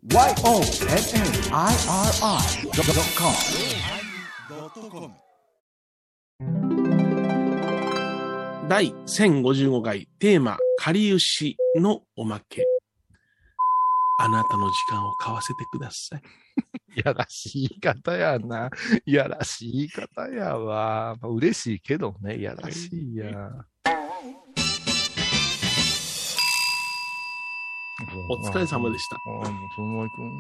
YONNIRI.com 第1055回テーマ、かりゆしのおまけ。あなたの時間を買わせてください。 いやらしい言い方やな。いやらしい言い方やわ。まあ、嬉しいけどね、いやらしいや。 お疲れ様でした。 もうそのまま行くん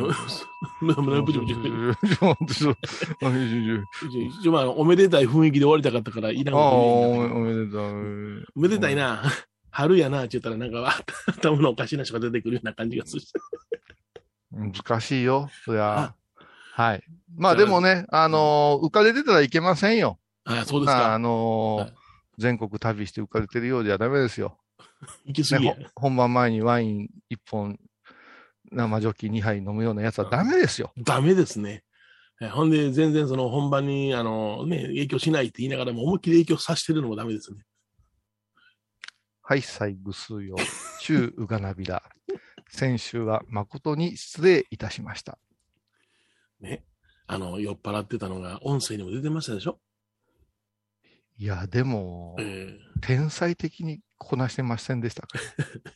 まあ、おめでたい雰囲気で終わりたかったからいらんことおめでたい。 おめでたいな。春やなって言ったらなんか頭のおかしな人が出てくるような感じがする。 難しいよ、そりゃ。はい。まあでもね、浮かれてたらいけませんよ。 あ、そうですか。 全国旅して浮かれてるようじゃダメですよ。 行き過ぎや。 本番前にワイン1本、生ジョッキ2杯飲むようなやつはダメですよ。 ダメですね。ほんで、全然その本番に、影響しないって言いながらも思いっきり影響させてるのもダメですね。 はい、最後数よ。中うがなびら。先週は誠に失礼いたしました。 ね。酔っ払ってたのが音声にも出てましたでしょ？ いや、でも、天才的にこなしてませんでしたか？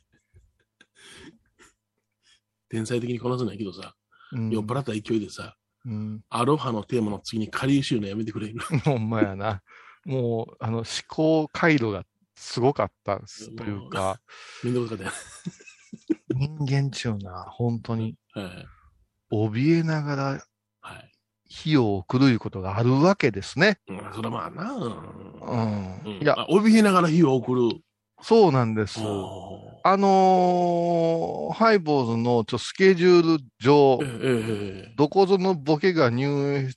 天才的にこなすのやけどさ、酔っ払った勢いでさ、 うんアロハのテーマの次にかりゆしいうのやめてくれる。 ほんまやな。もう、思考回路がすごかったというか、 めんどくさかったよ。 人間っちゅうな、本当に、怯えながら、火を送るいうことがあるわけですね。 それはまあな。 いや、 怯えながら火を送る。 そうなんです。ハイボーズのスケジュール上、どこぞのボケが入院して、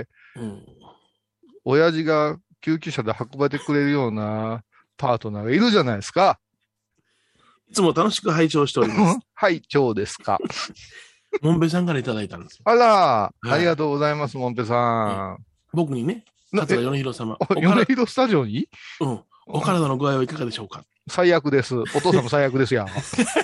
親父が救急車で運ばれてくれるようなパートナーがいるじゃないですか。 いつも楽しく拝聴しております。 拝聴ですか。 もんぺさんからいただいたんですよ。 あら、ありがとうございます、もんぺさん。 僕にね、桂米広様。 米広スタジオに？ お体の具合はいかがでしょうか？ 最悪です。お父さんも最悪ですやん。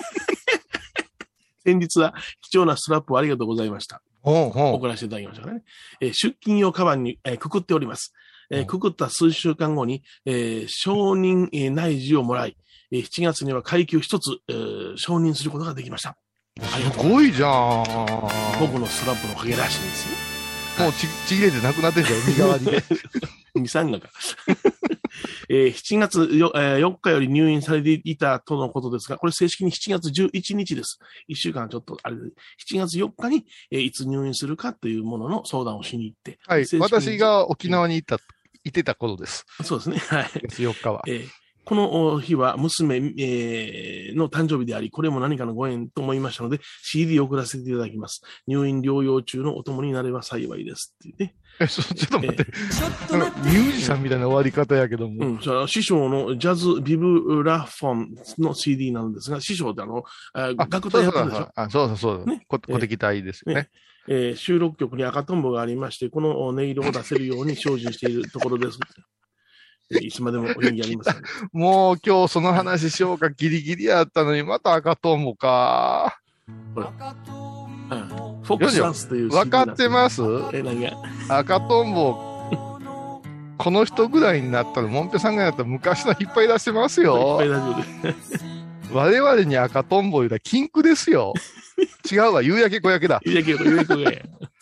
先日は貴重なストラップをありがとうございました。送らせていただきましたからね。出勤用カバンに、くくっております。くくった数週間後に、承認、内示をもらい、7月には階級一つ、承認することができました。 すごいじゃん。 僕のストラップのおかげらしいんですよ。もうちぎれてなくなってんじゃん、右側に。 2、3がか。7月 4日より入院されていたとのことですが、これ正式に7月11日です。1週間ちょっとあれで、7月4日に、いつ入院するかというものの相談をしに行って。 はい。私が沖縄に行ってた頃です。 そうですね。はい。 4日は。 この日は娘、の誕生日であり、これも何かのご縁と思いましたので、CD を送らせていただきます。入院療養中のお供になれば幸いですってね。 ちょっと待って。ミュージシャンみたいな終わり方やけども。 師匠のジャズ・ビブラフォンの CD なんですが、師匠って楽隊やってるでしょ？ そう。ね、小敵隊ですよね。 収録曲に赤トンボがありまして、この音色を出せるように精進しているところです。いつまでもお元気あります、ね。 もう今日その話しようかギリギリやったのに、また赤トンボか。 ほら。フォックスダンスという CD 分かってます？ 何が？ 赤トンボ、この人ぐらいになったら、もんぺさんがやったら昔の引っ張り出してますよ。 引っ張り出してる。我々に赤トンボ言うたら禁句ですよ。違うわ、夕焼け小焼けだ。 夕焼け小焼け。 ね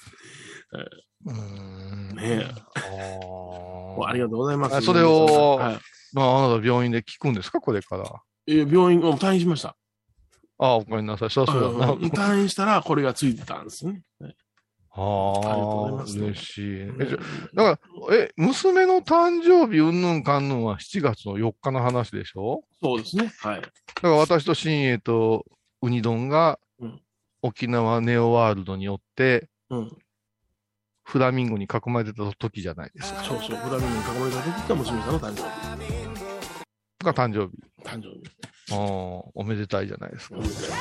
え。ありがとうございます。 それを、あなた病院で聞くんですか、これから。 病院、退院しました。 おかえりなさい。そうだな。 退院したらこれがついてたんですね。 ありがとうございます。嬉しい。だから、娘の誕生日うんぬんかんぬんは7月の4日の話でしょ？ そうですね。はい。だから私と新栄とウニ丼が沖縄ネオワールドによって、フラミンゴに囲まれてた時じゃないですか。 そう、フラミンゴに囲まれた時が娘さんの誕生日。 が誕生日。 誕生日。 おめでたいじゃないですか。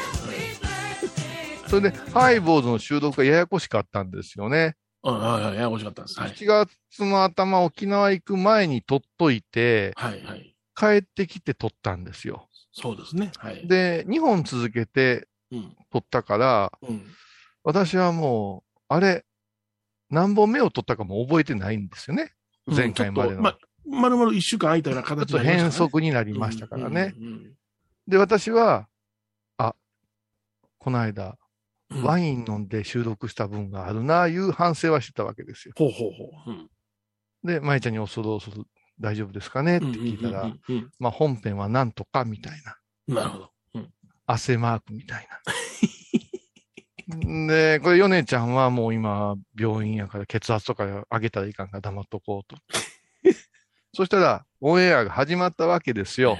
それで、ハイボーズの収録がややこしかったんですよね。 ややこしかったんです。 7月の頭、沖縄行く前に撮っといて、帰ってきて撮ったんですよ。 そうですね。 で、2本続けて、 取ったから、私はもう、あれ、何本目を取ったかも覚えてないんですよね。前回までの。 まるまる1週間空いたような形になりましたね。ちょっと変則になりましたからね。で、私は、この間、ワイン飲んで収録した分があるな、いう反省はしてたわけですよ。で、舞ちゃんに恐る恐る大丈夫ですかねって聞いたら、まあ本編はなんとかみたいな。なるほど。 汗マークみたいな。で、これ、ヨネちゃんはもう今、病院やから血圧とか上げたらいかんから黙っとこうと。そしたら、オンエアが始まったわけですよ。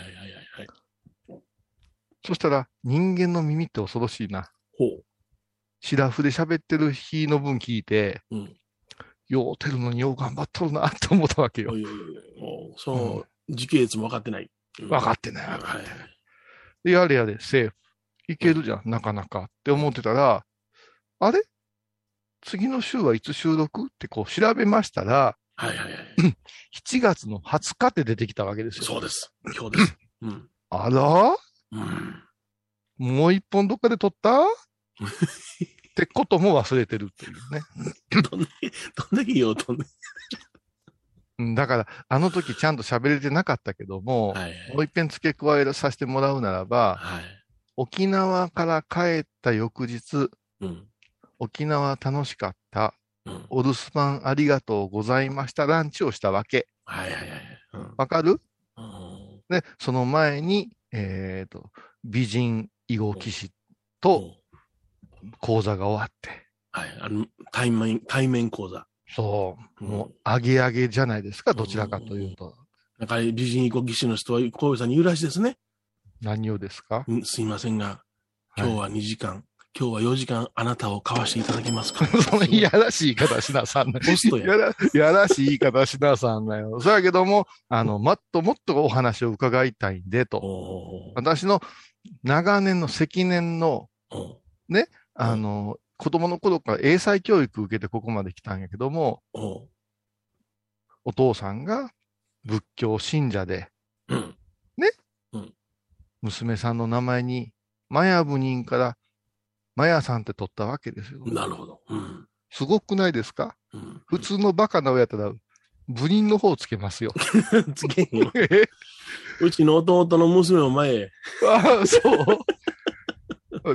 そしたら、人間の耳って恐ろしいな。シラフで喋ってる日の分聞いて、ようてるのによう頑張っとるなって思ったわけよ。 時系列も分かってない。 分かってない。で、やれやれ、セーフ。いけるじゃん、なかなかって思ってたら、あれ次の週はいつ収録ってこう調べましたら、7月の20日って出てきたわけですよ。 そうです。今日です。 あらもう一本どっかで撮ったってことも忘れてるっていうね。 どんだけ言おうとんね。 だから、あの時ちゃんと喋れてなかったけども、もう一遍付け加えさせてもらうならば、沖縄から帰った翌日、沖縄楽しかった、お留守番ありがとうございましたランチをしたわけ。わかる？で、その前に、美人囲碁棋士と講座が終わって。 対面講座。 そう。もう、上げ上げじゃないですか、どちらかというと。 なんか、美人囲碁棋士の人は、神戸さんに言うらしいですね。 何をですか？ すいませんが、今日は2時間、今日は4時間、あなたを交わしていただけますか？ そのいやらしい言い方しなさんな。ポストや。やらしい言い方しなさんなよ。そうやけども、もっとお話を伺いたいんでと。私の長年の積年の、ね、子供の頃から英才教育受けてここまで来たんやけども、お父さんが仏教信者で、ね、娘さんの名前に、マヤ部人からマヤさんって取ったわけですよ。 なるほど。 すごくないですか？普通のバカな親やったら、部人の方つけますよ。 つけんよ。うちの弟の娘も前。 ああ、そう。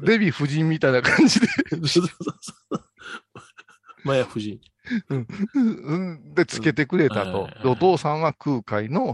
デヴィ夫人みたいな感じで。 マヤ夫人。 で、つけてくれたと。お父さんは空海の、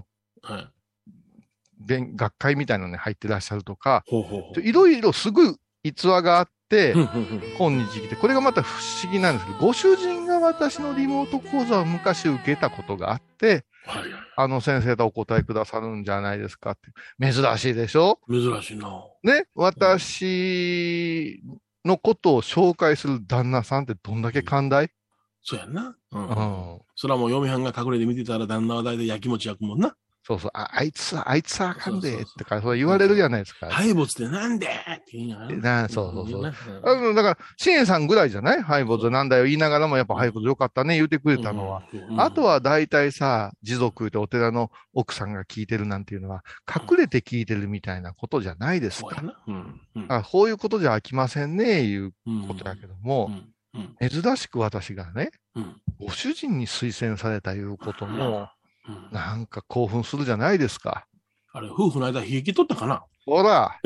学会みたいなのに入ってらっしゃるとか、いろいろすごい逸話があって、今日来て、これがまた不思議なんですけど、ご主人が私のリモート講座を昔受けたことがあって、先生とお答えくださるんじゃないですかって。珍しいでしょ？ 珍しいな。 ね、私のことを紹介する旦那さんってどんだけ寛大？ そうやんな。それはもう嫁はんが隠れて見てたら旦那は大体焼きもち焼くもんな。 そうそう、あいつはあかんで、ってか、そう言われるじゃないですか。 敗北ってなんでって言いながら。 そう。だから、シエンさんぐらいじゃない敗北なんだよ言いながらも、やっぱ敗北よかったね、言うてくれたのは。あとは大体さ、持続でお寺の奥さんが聞いてるなんていうのは、隠れて聞いてるみたいなことじゃないですか。こういうことじゃ飽きませんね、いうことだけども、珍しく私がね、ご主人に推薦されたいうことも、なんか興奮するじゃないですか。 あれ、夫婦の間、冷え切っとったかな？ ほら。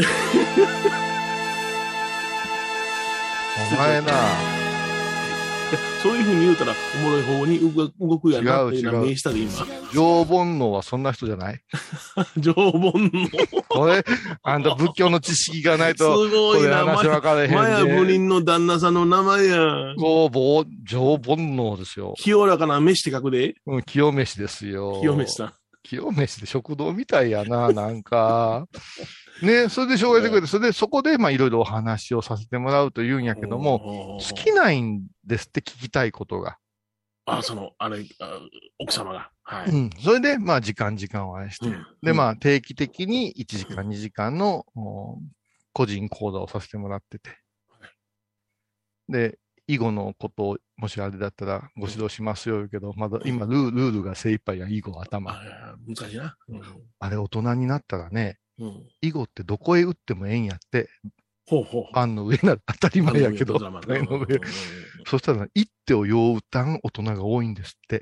お前な。 そういうふうに言うたら、おもろい方に動くやなっていうのは名したで今。 上煩悩はそんな人じゃない？ 上煩悩。 これ、あんた仏教の知識がないと、 すごいな。 話分かれへんね。 マヤ部人の旦那さんの名前や。 上煩悩ですよ。 清らかな飯って書くで。 清飯ですよ。 清飯さん。 清飯で食堂みたいやな、なんか。ね、それで紹介してくれて、そこで、いろいろお話をさせてもらうというんやけども、好きないんですって聞きたいことが。 奥様が。はい。 それで、時間を愛して。で、定期的に1時間、2時間の個人講座をさせてもらってて。で、囲碁のことを、もしあれだったらご指導しますよ言うけど、まだ今ルールが精一杯や、囲碁頭。 難しいな。 あれ大人になったらね、囲碁ってどこへ打ってもええんやって。 案の上なら当たり前やけど、案の上。そしたら、一手をよう打たん大人が多いんですって。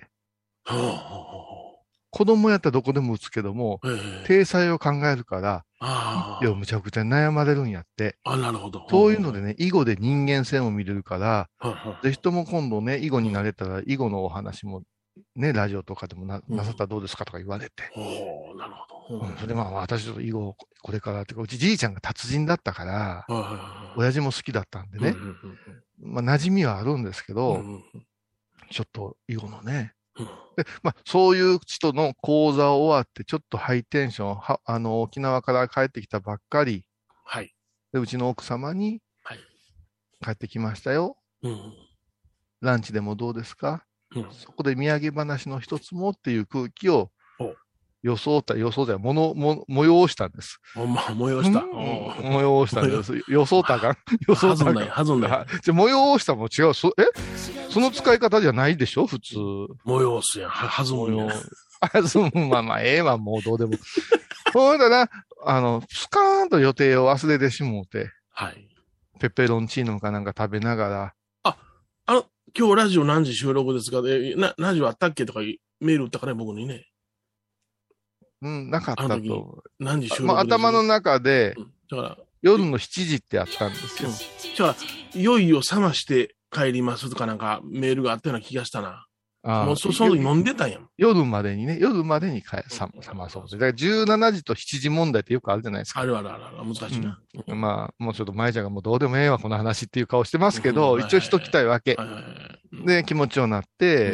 子供やったらどこでも打つけども、体裁を考えるから、一手をむちゃくちゃ悩まれるんやって。 なるほど。 そういうのでね、囲碁で人間性を見れるから、ぜひとも今度ね、囲碁になれたら、囲碁のお話も、ね、ラジオとかでもなさったらどうですかとか言われて。 なるほど。 それで私ちょっと囲碁これからってうちじいちゃんが達人だったから、親父も好きだったんでね、馴染みはあるんですけど、ちょっと囲碁のね、でそういう人の講座を終わって、ちょっとハイテンション、沖縄から帰ってきたばっかり、でうちの奥様に、帰ってきましたよ。ランチでもどうですか？そこで土産話の一つもっていう空気を催したんです。 催した。 催したんです。装ったかん装ったかん。 はずんない。 催したも違う。その使い方じゃないでしょ普通。 催すやん。はずむやん。 ええわ、もうどうでも。そうだな、スカーンと予定を忘れてしもうて。ペペロンチーノかなんか食べながら。 今日ラジオ何時収録ですかラジオあったっけとかメール打ったかね、僕にね。 なかったと。 何時収録頭の中で、夜の7時ってあったんですよ。 じゃあ、いよいよ冷まして帰りますとかなんかメールがあったような気がしたな。もうその時飲んでたんやん。 夜までに冷まそう。だから17時と7時問題ってよくあるじゃないですか。 ある、難しいな。 もうちょっと前ちゃんがもうどうでもええわ、この話っていう顔してますけど、一応しときたいわけ。で、気持ちようなって、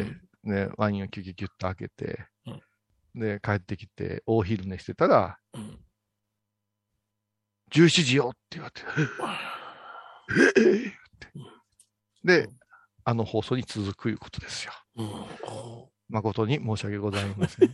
ね、ワインをキュキュキュッと開けて、で、帰ってきて、大昼寝してたら、17時よって言われて、で、放送に続くいうことですよ。誠に申し訳ございません。い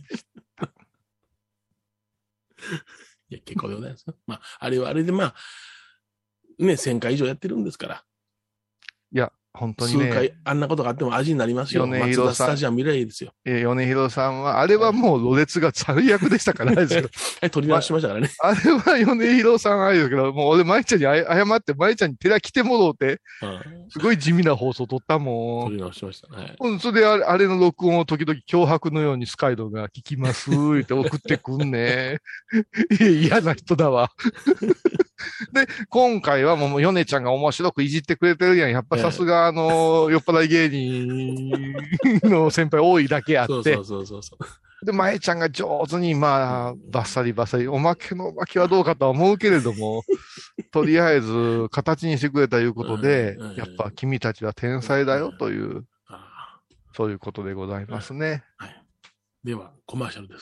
や、結構でございます。あれはあれでね、1000回以上やってるんですから。 いや、本当にね。 数回、あんなことがあっても味になりますよ。 米広さん。 松田スタジアム未来ですよ。 米広さんは、あれはもう、ろれつが最悪でしたからね。 取り直しましたからね。 あれは米広さんあれだけど、もう俺、舞ちゃんに謝って、舞ちゃんに寺来てもろうて、すごい地味な放送撮ったもん。 取り直しましたね。 それであれの録音を時々脅迫のようにスカイドが聞きますって送ってくんね。嫌な人だわ。で、今回はもう、ヨネちゃんが面白くいじってくれてるやん。やっぱさすが、酔っ払い芸人の先輩多いだけあって。 そう。 で、舞ちゃんが上手に、バッサリ、おまけのおまけはどうかとは思うけれども、とりあえず、形にしてくれたいうことで、やっぱ君たちは天才だよという、そういうことでございますね。 では、コマーシャルです。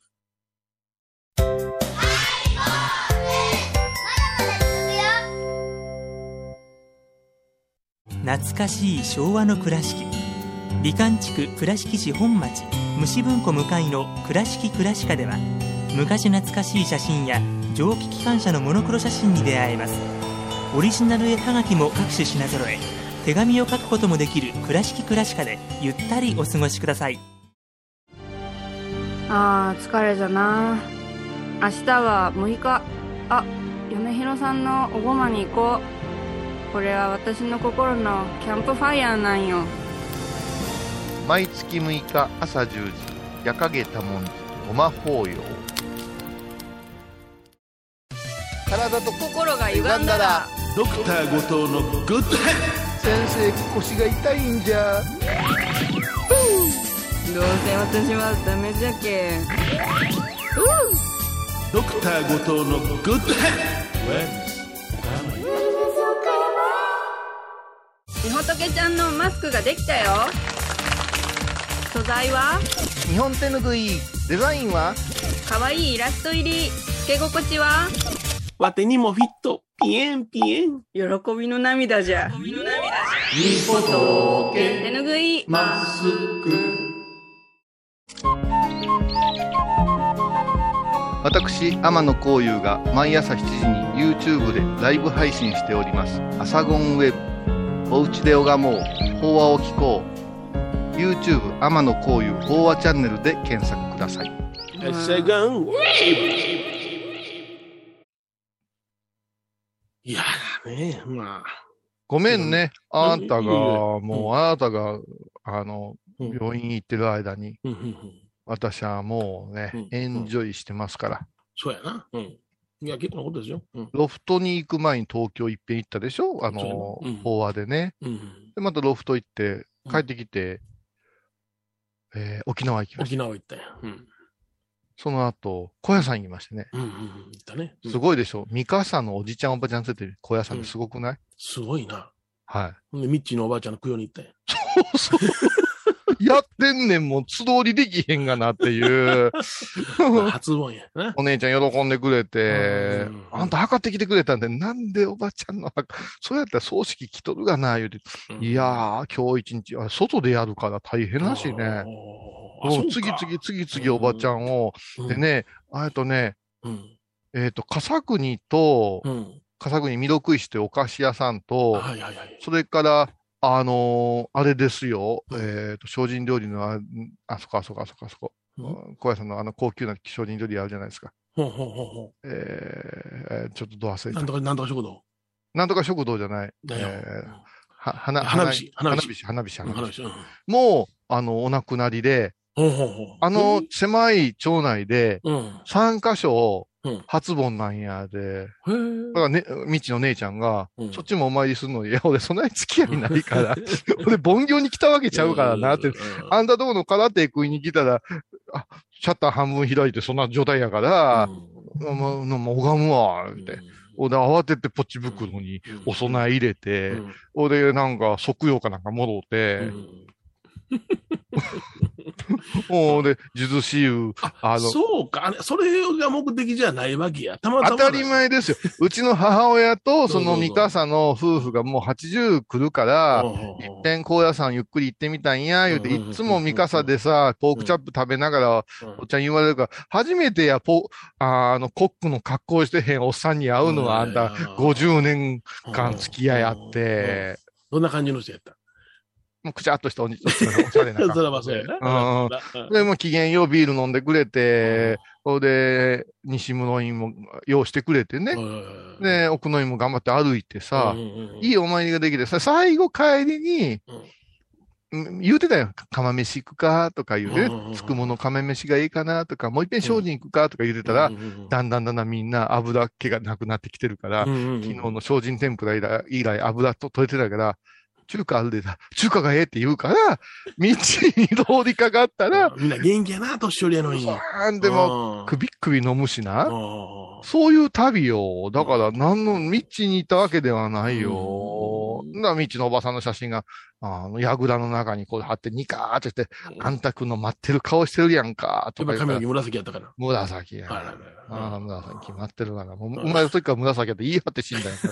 懐かしい昭和の倉敷、美観地区倉敷市本町虫文庫向かいの倉敷倉歯科では、昔懐かしい写真や蒸気機関車のモノクロ写真に出会えます。オリジナル絵はがきも各種品揃え、手紙を書くこともできる倉敷倉歯科でゆったりお過ごしください。 疲れじゃな。明日は6日。米広さんのおごまに行こう。これは私の心のキャンプファイヤーなんよ。 毎月6日朝10時、夜影多文字ごま法要。体と心が歪んだらドクター後藤のグッドヘッド。 先生、腰が痛いんじゃ。 どうせ私はダメじゃけ。 ドクター後藤のグッドヘッド。 みほとけちゃんのマスクができたよ。素材は日本手ぬぐい。デザインはかわいいイラスト入り。つけ心地はわてにもフィット。ピエンピエン。 喜びの涙じゃ。 みほとけ手ぬぐいマスク。 私、天野幸雄が毎朝7時に YouTube でライブ配信しております。アサゴンウェブ。おうちで拝もう、法話を聞こう。YouTube 天野幸雄法話チャンネルで検索ください。 いやね、まあ。 ごめんね。あなたが、 うんもう、あなたが、 うん病院行ってる間に、 うんうんうん私はもうね、エンジョイしてますから。 そうやな。うん。いや、結構なことですよ。うん。 ロフトに行く前に東京いっぺん行ったでしょそうやなうん法話でね。 うん。 で、またロフト行って、帰ってきて、沖縄行きました。 沖縄行ったんや。うん。 その後、小屋さん行きましてね。 うんうんうん。行ったね。 すごいでしょ三笠のおじちゃんおばちゃんついてる小屋さんですごくない、 すごいな。 はい。 で、ミッチーのおばあちゃんの供養に行ったんや。 そうそう。やってんねん、もう素通りできへんがなっていう。 まあ初盆やな。 お姉ちゃん喜んでくれてうん、 あんた測ってきてくれたんで、なんでおばちゃんのそうやったら葬式来とるがな、言うて。いやー、今日一日、外でやるから大変らしいね。次々おばちゃんを、でね、笠国と、笠国弥勒石というお菓子屋さんと、それから、あれですよ、精進料理のあそこ。小屋さんの高級な精進料理あるじゃないですか。ちょっとど忘れた。 なんとか食堂。 なんとか食堂じゃない。花火。もう、お亡くなりで、狭い町内で、3カ所、初盆なんやで、だからね、みちの姉ちゃんが、そっちもお参りするのに、いや、俺そんなに付き合いないから、俺盆行に来たわけちゃうからなって、あんたとこの空手食いに来たら、シャッター半分開いてそんな状態やから、もう拝むわ、って。俺慌ててポッチ袋にお供え入れて、俺なんか即用かなんか戻って、で、数珠私有。 そうか。それが目的じゃないわけや。たまたま。 当たり前ですよ。うちの母親と、その三笠の夫婦がもう80来るから、一遍高野山ゆっくり行ってみたんや、言うて、いつも三笠でさ、ポークチャップ食べながら、おっちゃん言われるから、初めてや、コックの格好してへんおっさんに会うのは、あんた50年間付き合いあって、 どんな感じの人やった？ もうくちゃっとしたおしゃれな。 そらまそうやな。 で、もう機嫌ようビール飲んでくれて、で、西室院も用してくれてね。で、奥の院も頑張って歩いてさ、いいお参りができてさ、最後帰りに、言うてたよ。釜飯行くかとか言うて、つくもの釜飯がいいかなとか、もう一遍精進行くかとか言うてたら、だんだんみんな油っ気がなくなってきてるから、昨日の精進天ぷら以来油と取れてたから、中華あるでさ、中華がええって言うから、道に通りかかったら、 みんな元気やな、年寄りやのに。 でも、首飲むしな。そういう旅よ。だから、何の道に行ったわけではないよ。道のおばさんの写真が、やぐらの中にこう貼ってニカーってして、あんたくんの待ってる顔してるやんか、とか。 やっぱ髪の毛紫やったから。 紫や。紫決まってるから。もう生まれた時から紫やって言い張って死んだんやから。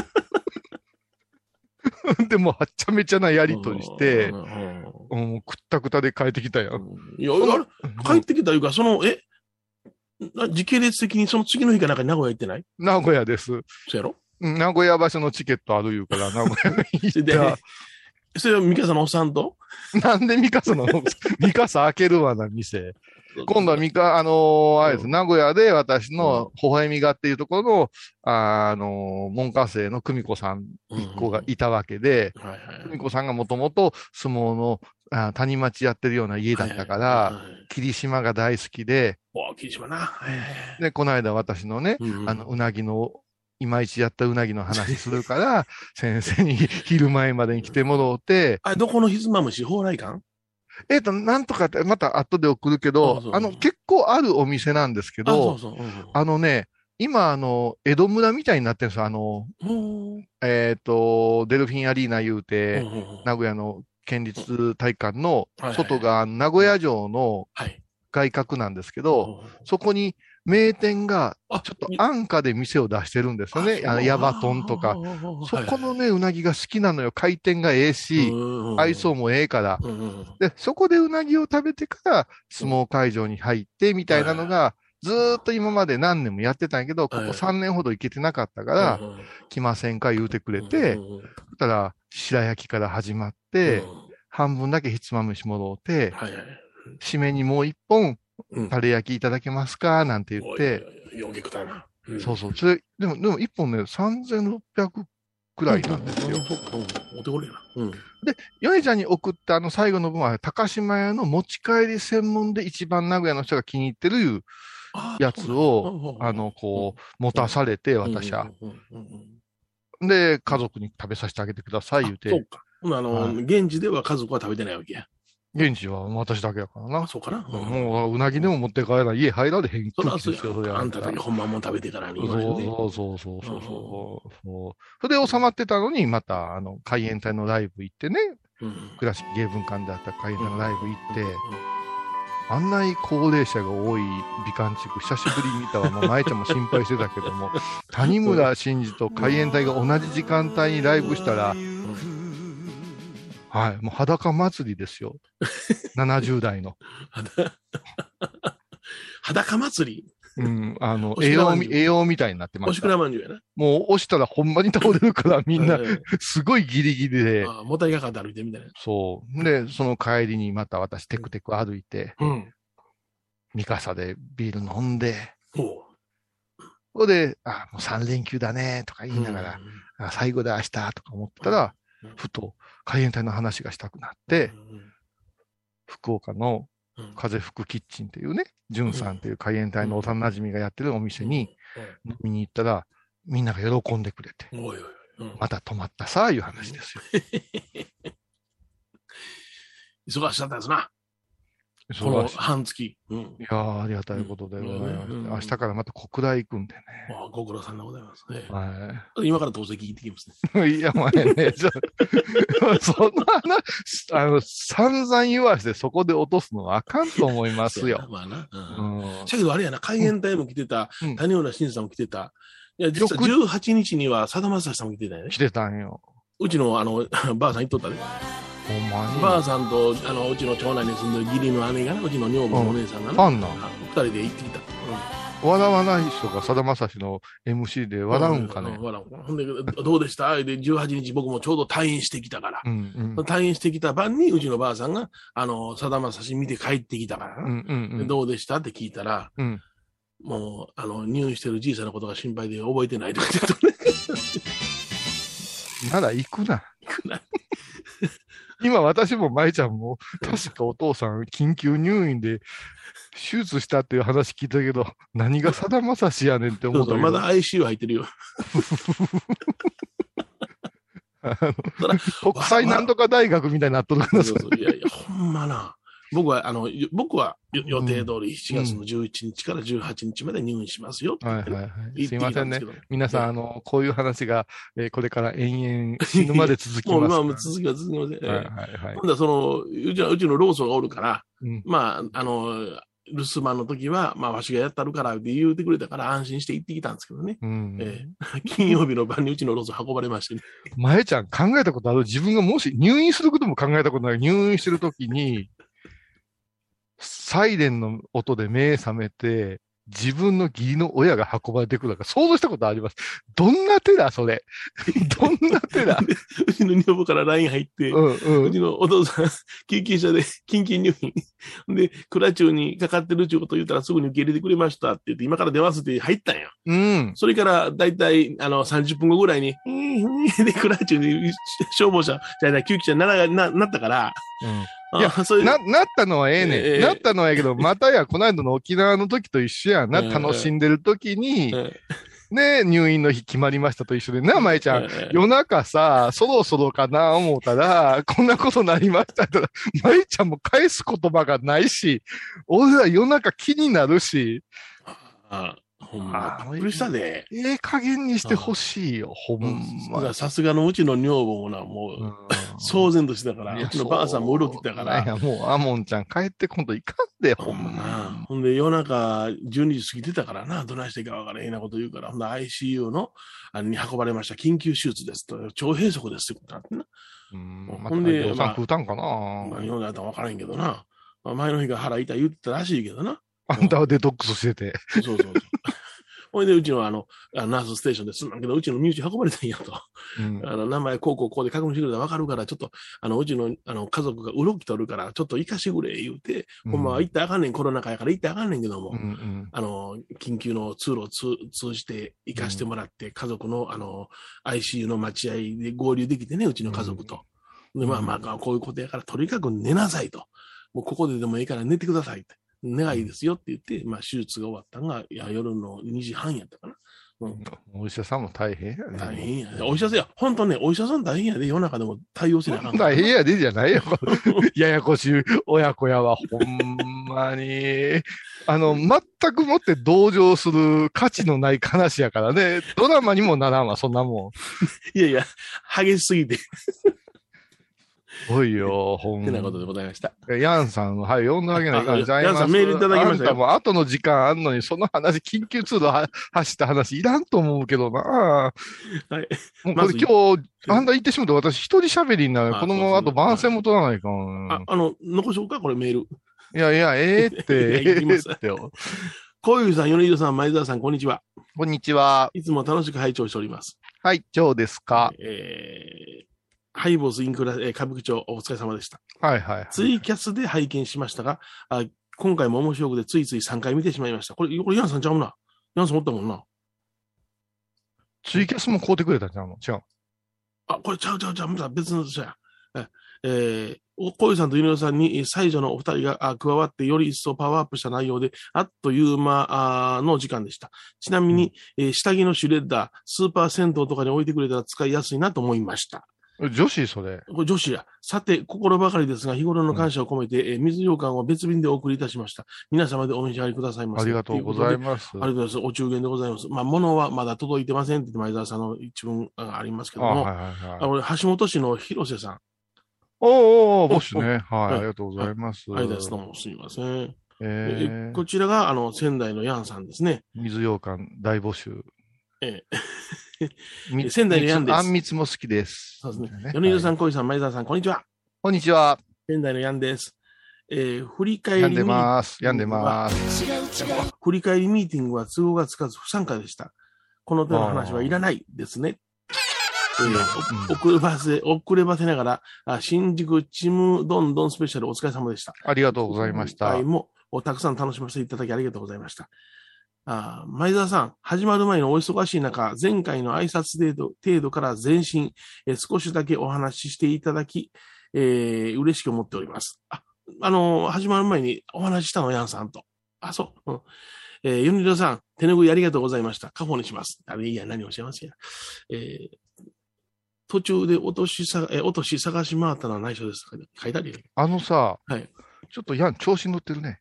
でも、はっちゃめちゃなやりとりして、くったくたで帰ってきたよ。 いや、帰ってきたいうか、時系列的にその次の日かなんか名古屋行ってない？ 名古屋です。 そうやろ？ 名古屋場所のチケットあるいうから、名古屋に行った。 それは三笠のおっさんと？ なんで三笠の三笠開けるわな、店。今度はあれです、名古屋で私の微笑みがっていうところの、門下生の久美子さん一個がいたわけで、久美子さんがもともと相撲の谷町やってるような家だったから、霧島が大好きで、 霧島な。 で、この間私のね、うなぎの、いまいちやったうなぎの話するから、先生に昼前までに来てもらって、 どこのひつまむし、蓬莱館？ なんとかって、また後で送るけど、結構あるお店なんですけど、今、江戸村みたいになってるんですよ。デルフィンアリーナ言うて、名古屋の県立体育館の外が名古屋城の外郭なんですけど、そこに名店がちょっと安価で店を出してるんですよね。ヤバトンとか。そこのね、うなぎが好きなのよ。回転がええし、愛想もええから。で、そこでうなぎを食べてから相撲会場に入ってみたいなのが、ずーっと今まで何年もやってたんやけど、ここ3年ほど行けてなかったから、来ませんか言うてくれて、そしたら白焼きから始まって、半分だけひつまむしもろうて、締めにもう一本、タレ焼きいただけますかなんて言って、 そうそう。それ、でも1本ね、3600くらいなんですよ。 お手頃やな。 で、ヨネちゃんに送った最後の分は、高島屋の持ち帰り専門で一番名古屋の人が気に入ってるやつを、こう、持たされて、私は。で、家族に食べさせてあげてください、言うて。 そうか。現地では家族は食べてないわけや。 現地は私だけやからな。 そうかな。 もう、うなぎでも持って帰らない。家入られへん。 そらそうや。あんただけ本番も食べてからに。 そう。それで収まってたのに、また、海援隊のライブ行ってね、倉敷芸文館であった海援隊のライブ行って、あんなに高齢者が多い美観地区、久しぶりに見たわ。もう、舞ちゃんも心配してたけども、谷村新司と海援隊が同じ時間帯にライブしたら、はい、もう裸祭りですよ。70代の。 裸祭り栄養みたいになってました。 おしくらまんじゅうやな。 もう押したらほんまに倒れるからみんな、すごいギリギリで。 もたりがかって歩いてみたいな。 そう。で、その帰りにまた私テクテク歩いて、ミカサでビール飲んで、ここで、もう3連休だね、とか言いながら、最後で明日とか思ってたら、ふと海援隊の話がしたくなって、福岡の風吹くキッチンっていうね、ジュンさんっていう海援隊の幼馴染がやってるお店に飲みに行ったら、みんなが喜んでくれて、また泊まったさ、いう話ですよ。 忙しかったですな。この半月。いやー、ありがたいことでございます。明日からまた小倉行くんでね。 ご苦労さんでございますね。 はい。 今から当席行ってきますね。 いや、まあね、そんな散々言わしてそこで落とすのはあかんと思いますよ。 まあな。だけどあれやな、海援隊も来てた、谷村新司さんも来てた。いや、実は18日にはさだまさしさんも来てたよね。 来てたんよ。 うちのばあさん行っとったで。ばあさんと、うちの町内に住んでる義理の姉が、うちの女房のお姉さんがね、二人で行ってきた。 笑わない人がさだまさしの MC で笑うんかね。 笑う。ほんで、どうでしたで、18日僕もちょうど退院してきたから。退院してきた晩に、うちのばあさんが、さだまさし見て帰ってきたからな。どうでしたって聞いたら、もう、入院してるじいさんのことが心配で覚えてないとか言ってたね。 なら行くな。 行くな。 今私も舞ちゃんも、確かお父さん緊急入院で手術したっていう話聞いたけど、何がさだまさしやねんって思ったけど。 まだ ICU 入ってるよ。 国際なんとか大学みたいになっとるからさ。 いやいや、ほんまな。僕は予定通り7月の11日から18日まで入院しますよ。 すいませんね。皆さん、こういう話が、これから延々死ぬまで続きます。 もう続きません。今度はうちのローソンがおるから、まあ、留守番の時は、まあ、わしがやったるからって言うてくれたから安心して行ってきたんですけどね。金曜日の晩にうちのローソン運ばれましてね。 前ちゃん考えたことある？自分がもし入院することも考えたことない。入院してる時に、サイレンの音で目覚めて、自分の義理の親が運ばれてくるから想像したことあります。どんな手だ、それ。どんな手だ。 うちの女房から LINE 入って、うちのお父さん、救急車で緊急入院。で、蔵中にかかってるっていうことを言ったらすぐに受け入れてくれましたって言って、今から電話すって入ったんよ。それから、だいたい、30分後ぐらいに、で、蔵中に消防車、救急車なったから、 いや、なったのはええねん。なったのはええけど、またや、この間の沖縄の時と一緒やな。楽しんでる時に、ね、入院の日決まりましたと一緒でな、舞ちゃん。夜中さ、そろそろかな思ったら、こんなことなりましたって言ったら、舞ちゃんも返す言葉がないし、俺ら夜中気になるし、 ほんま、びっくりしたで。 加減にしてほしいよ、ほんま。 さすがのうちの女房もな、もう、騒然としてたから、うちのばあさんもうろきたから。 いや、もう、アモンちゃん帰って今度行かんで、ほんま。ほんで、夜中12時過ぎてたからな、どないしていいかわからへんなこと言うから、ほんで ICU に運ばれました、緊急手術ですと、腸閉塞ですってことになってな。 ほんで、まあ、食うたんかな。 世の中わからへんけどな。前の日が腹痛い言ってたらしいけどな。 あんたはデトックスしてて。 そう。 ほいで、うちのナースステーションですんなんけど、うちの身内運ばれたんやと。名前こうで確認してくれたらわかるから、ちょっと、うちの、家族がうろきとるから、ちょっと行かしてくれ、言うて、ほんまは行ったらあかんねん、コロナ禍やから行ったらあかんねんけども、緊急の通路を通じて行かしてもらって、家族の、ICU の待合で合流できてね、うちの家族と。で、まあ、こういうことやから、とにかく寝なさいと。もうここででもいいから寝てくださいって。寝がいいですよって言って、まあ、手術が終わったのが、夜の2時半やったかな。 お医者さんも大変やね。 大変や。お医者さんや、本当ね、お医者さん大変やで、世の中でも対応せなあかん。 大変やでじゃないよ。ややこしい親子やわ、ほんまに。全くもって同情する価値のない話やからね。ドラマにもならんわ、そんなもん。いやいや、激しすぎて。 すごいよ、ほんま。 てなことでございました。 ヤンさん、はい、呼んであげないかんじゃいます。 ヤンさんメールいただきましたよ。 あんたも後の時間あんのに、その話、緊急通路走った話いらんと思うけどな。はい。もうこれ今日、あんた言ってしまうと私一人喋りになる。このままあと番宣も取らないかん。 残しようか、これメール。 いやいや、って。 こういうさん、米広さん、前澤さん、こんにちは。 こんにちは。 いつも楽しく拝聴しております。 はい、長ですか。 ハイボーズインクラ、歌舞伎町お疲れ様でした。 はいはい。 ツイキャスで拝見しましたが、今回も面白くてついつい3回見てしまいました。これヤンさんちゃうな。ヤンさんおったもんな。 ツイキャスも買うてくれたんちゃうの？違う。 これちゃう。別の人や。小遊さんと井上さんに最女のお二人が加わってより一層パワーアップした内容であっという間の時間でした。ちなみに、下着のシュレッダー、スーパー銭湯とかに置いてくれたら使いやすいなと思いました。 女子それ。 これ女子や。さて、心ばかりですが、日頃の感謝を込めて、水羊羹を別便でお送りいたしました。皆様でお召し上がりくださいませ。 ありがとうございます。 ありがとうございます。お中元でございます。まあ、物はまだ届いてませんって前澤さんの一文がありますけども、橋本市の広瀬さん。 ボッシュね。はい、ありがとうございます。 ありがとうございます。どうもすみません。こちらが、仙台のヤンさんですね。 水羊羹大募集。 仙台のヤンです。 あんみつも好きです。 そうですね。米広さん、小井さん、前澤さん、こんにちは。 こんにちは。 仙台のヤンです。振り返り。 病んでます。 振り返りミーティングは都合がつかず不参加でした。この手の話はいらないですね。遅ればせながら、新宿ちむどんどんスペシャルお疲れ様でした。 ありがとうございました。 もたくさん楽しませていただきありがとうございました。前澤さん、始まる前のお忙しい中、前回の挨拶程度から前進、少しだけお話ししていただき、嬉しく思っております。始まる前にお話ししたの、ヤンさんと。そう。米広さん、手拭いありがとうございました。家宝にします。いや、何をおっしゃいますや。途中で落とし探し回ったのは内緒です。書いてあるよ。 はい。ちょっとヤン調子に乗ってるね。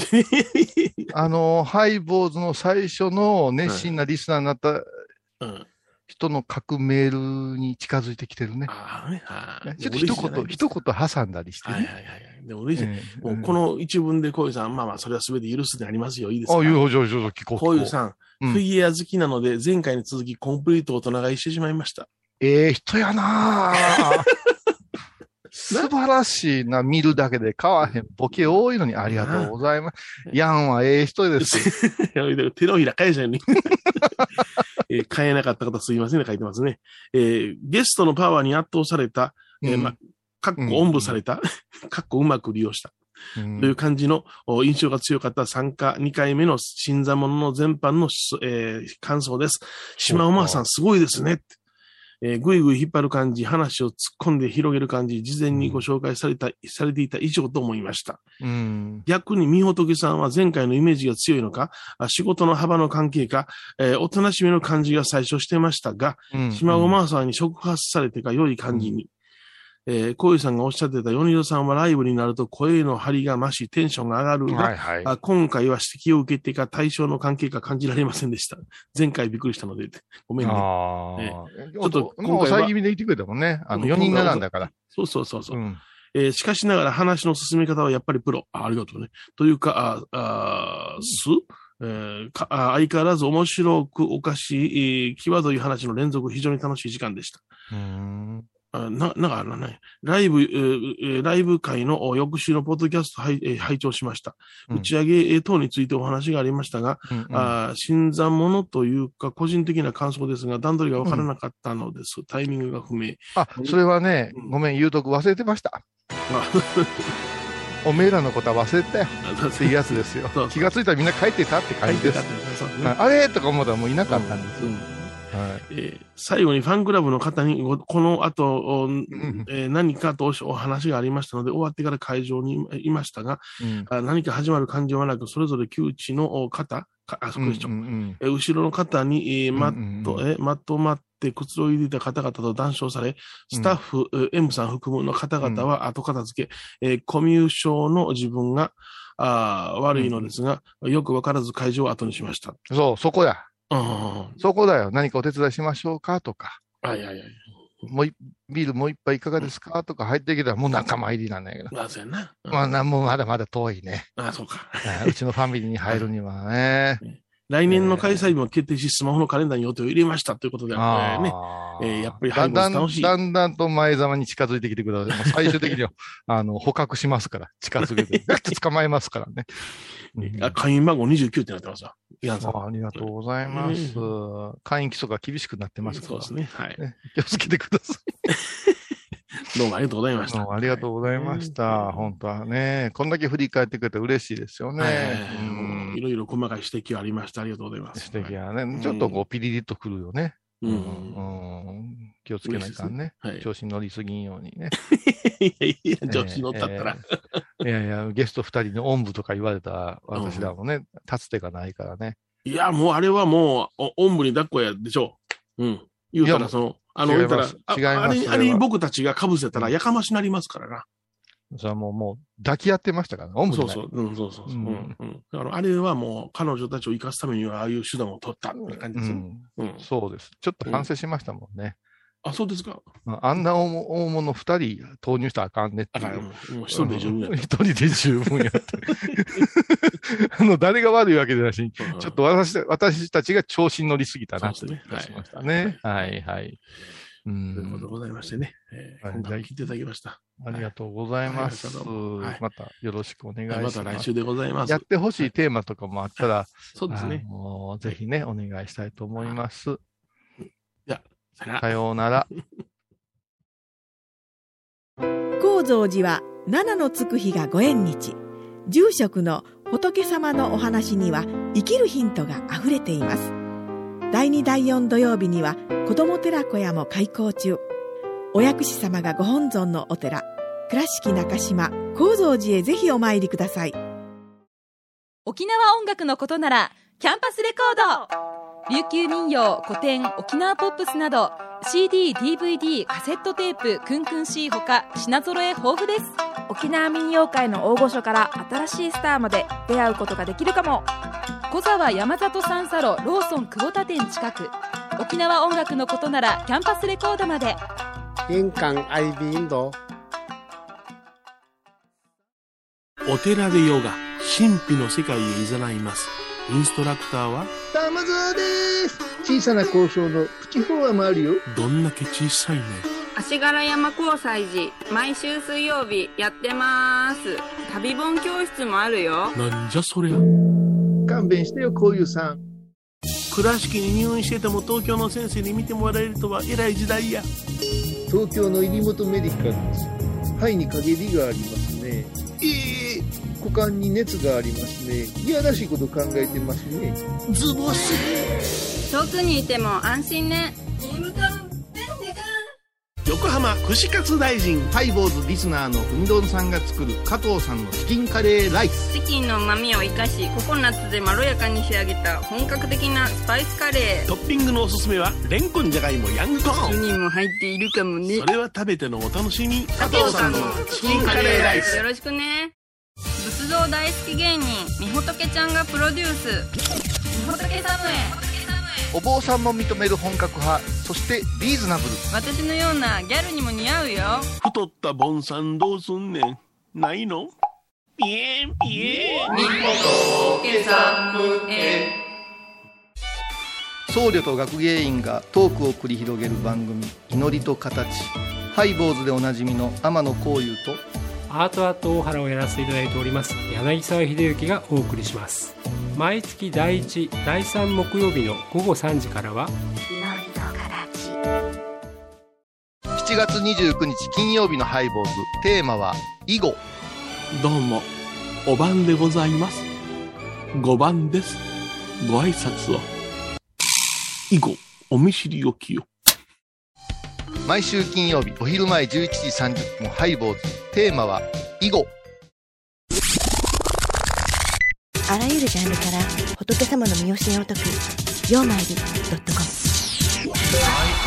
ハイボーズの最初の熱心なリスナーになった人の書くメールに近づいてきてるね。ちょっと一言挟んだりしてね。 でも嬉しい。もうこの一文で小遊さん、まあそれは全て許すでありますよ。いいですか？小遊さん、フィギュア好きなので、前回に続きコンプリート大人買いしてしまいました。 人やなぁ。素晴らしいな、見るだけで買わへん。ボケ多いのにありがとうございます。ヤンは人です。 手のひら返したように。買えなかった方すいませんね、書いてますね。ゲストのパワーに圧倒された、かっこおんぶされた、かっこうまく利用した。という感じの印象が強かった参加2回目の新参者の全般の、感想です。島尾真さんすごいですね。ぐいぐい引っ張る感じ、話を突っ込んで広げる感じ、事前にご紹介されていた以上と思いました。逆にみほとけさんは前回のイメージが強いのか、仕事の幅の関係か、おとなしめの感じが最初してましたが、島尾真さんに触発されてか良い感じに。小遊さんがおっしゃってた米広さんはライブになると声の張りが増しテンションが上がるが、今回は指摘を受けてか対象の関係か感じられませんでした。前回びっくりしたので、ごめんね。 ちょっと今回は抑え気味で言ってくれたもんね。4人並んだから。 そう。しかしながら話の進め方はやっぱりプロ。ありがとうね。というか、相変わらず面白くおかしい、際どい話の連続、非常に楽しい時間でした。 なんかね、ライブ会の翌週のポッドキャスト拝聴しました。打ち上げ等についてお話がありましたが、新参者というか個人的な感想ですが、段取りがわからなかったのです。タイミングが不明。 それはね、ごめん、言うとく忘れてました。おめえらのことは忘れてたよっていうやつですよ。気がついたらみんな帰ってたって感じです。あれとか思ったらもういなかったんです。 最後にファンクラブの方にこの後、何かとお話がありましたので終わってから会場にいましたが、何か始まる感じはなく、それぞれ旧知の方、そこでしょ、後ろの方に、まとまってくつろいでいた方々と談笑され、スタッフ、M さん含むの方々は後片付け、コミュ障の自分が悪いのですが、よくわからず会場を後にしました。 そこや。そこだよ。何かお手伝いしましょうかとか。ビールもう一杯いかがですかとか入ってきたらもう仲間入りなんだけど。 そうやな。 もうまだまだ遠いね。 そうか。 うちのファミリーに入るにはね。 来年の開催日も決定し、スマホのカレンダーに予定を入れましたということでね。やっぱりハイボーズ楽しい。 だんだんと前澤に近づいてきてください。もう最終的には、捕獲しますから、近づけて。ガッと捕まえますからね。 会員番号29ってなってますわ。 ありがとうございます。会員規則が厳しくなってますから。 そうですね。はい。 気をつけてください。 どうもありがとうございました。 どうもありがとうございました。本当はね、こんだけ振り返ってくれて嬉しいですよね。 いろいろ細かい指摘がありました。ありがとうございます。 指摘はね、ちょっとこうピリリとくるよね。気をつけないかんね。調子に乗りすぎんようにね。 いや、調子に乗ったったら。 いや、ゲスト2人のおんぶとか言われた私らもね、立つ手がないからね。 いや、もうあれはもう、おんぶに抱っこやでしょ。言うたら言うたら、あれに僕たちが被せたらやかましなりますからな。 それはもう抱き合ってましたからね。おんぶじゃない。 そう。だからあれはもう彼女たちを生かすためにはああいう手段を取ったって感じですね。 そうです。ちょっと反省しましたもんね。 そうですか。 あんな大物2人投入したらあかんねっていう。 もう一人で十分やった。 一人で十分やった。誰が悪いわけじゃないし、ちょっと私たちが調子に乗りすぎたなって気がしましたね。はい。 ということでございましてね。今回聞いていただきました。 ありがとうございます。またよろしくお願いします。 また来週でございます。 やってほしいテーマとかもあったら、 そうですね。 ぜひね、お願いしたいと思います。 さようなら。 高蔵寺は七のつく日がご縁日。住職の仏様のお話には生きるヒントがあふれています。第2第4土曜日には子ども寺小屋も開校中。お薬師様がご本尊のお寺、倉敷中島・高蔵寺へぜひお参りください。 沖縄音楽のことならキャンパスレコード。琉球民謡、古典、沖縄ポップスなど CD、DVD、カセットテープ、クンクン C ほか品揃え豊富です。 沖縄民謡界の大御所から新しいスターまで出会うことができるかも。小沢山里三佐路ローソン久保田店近く。沖縄音楽のことならキャンパスレコードまで。 印鑑 IB インド。 お寺でヨガ、神秘の世界へ誘います。インストラクターは玉沢です。小さな交渉のプチフォアもあるよ。 どんだけ小さいね。 足柄山交際時毎週水曜日やってます。旅本教室もあるよ。 なんじゃそりゃ。 勘弁してよ、こういうさん。 倉敷に入院してても東京の先生に見てもらえるとは偉い時代や。 東京の入本メディカルです。肺に陰りがありますね。股間に熱がありますね。いやらしいこと考えてますね。 ズボス。 遠くにいても安心ね。 横浜串カツ大臣。 ハイボーズリスナーのうみどんさんが作る加藤さんのチキンカレーライス。 チキンの旨味を生かしココナッツでまろやかに仕上げた本格的なスパイスカレー。 トッピングのおすすめはレンコン、じゃがいも、ヤングコーン。 1人も入っているかもね。 それは食べてのお楽しみ。 加藤さんのチキンカレーライス。よろしくね。仏像大好き芸人みほとけちゃんがプロデュース。みほとけサムへ。 お坊さんも認める本格派、そしてリーズナブル。 私のようなギャルにも似合うよ。 太ったボンさんどうすんねん。ないの？ピエンピエン。みほとけサムへ。 僧侶と学芸員がトークを繰り広げる番組、祈りと形。 ハイボーズでおなじみの天野幸雄とアート大原をやらせていただいております柳沢秀幸がお送りします。毎月第1、第3木曜日の午後3時からは 7月29日金曜日のハイボーズ、テーマは囲碁。 どうもお晩でございます。5番です。ご挨拶を。以後お見知りおきよ。 毎週金曜日お昼前11時30分ハイボーズ、テーマは囲碁。 あらゆるジャンルから仏様の身教えを説く曜マイル.com。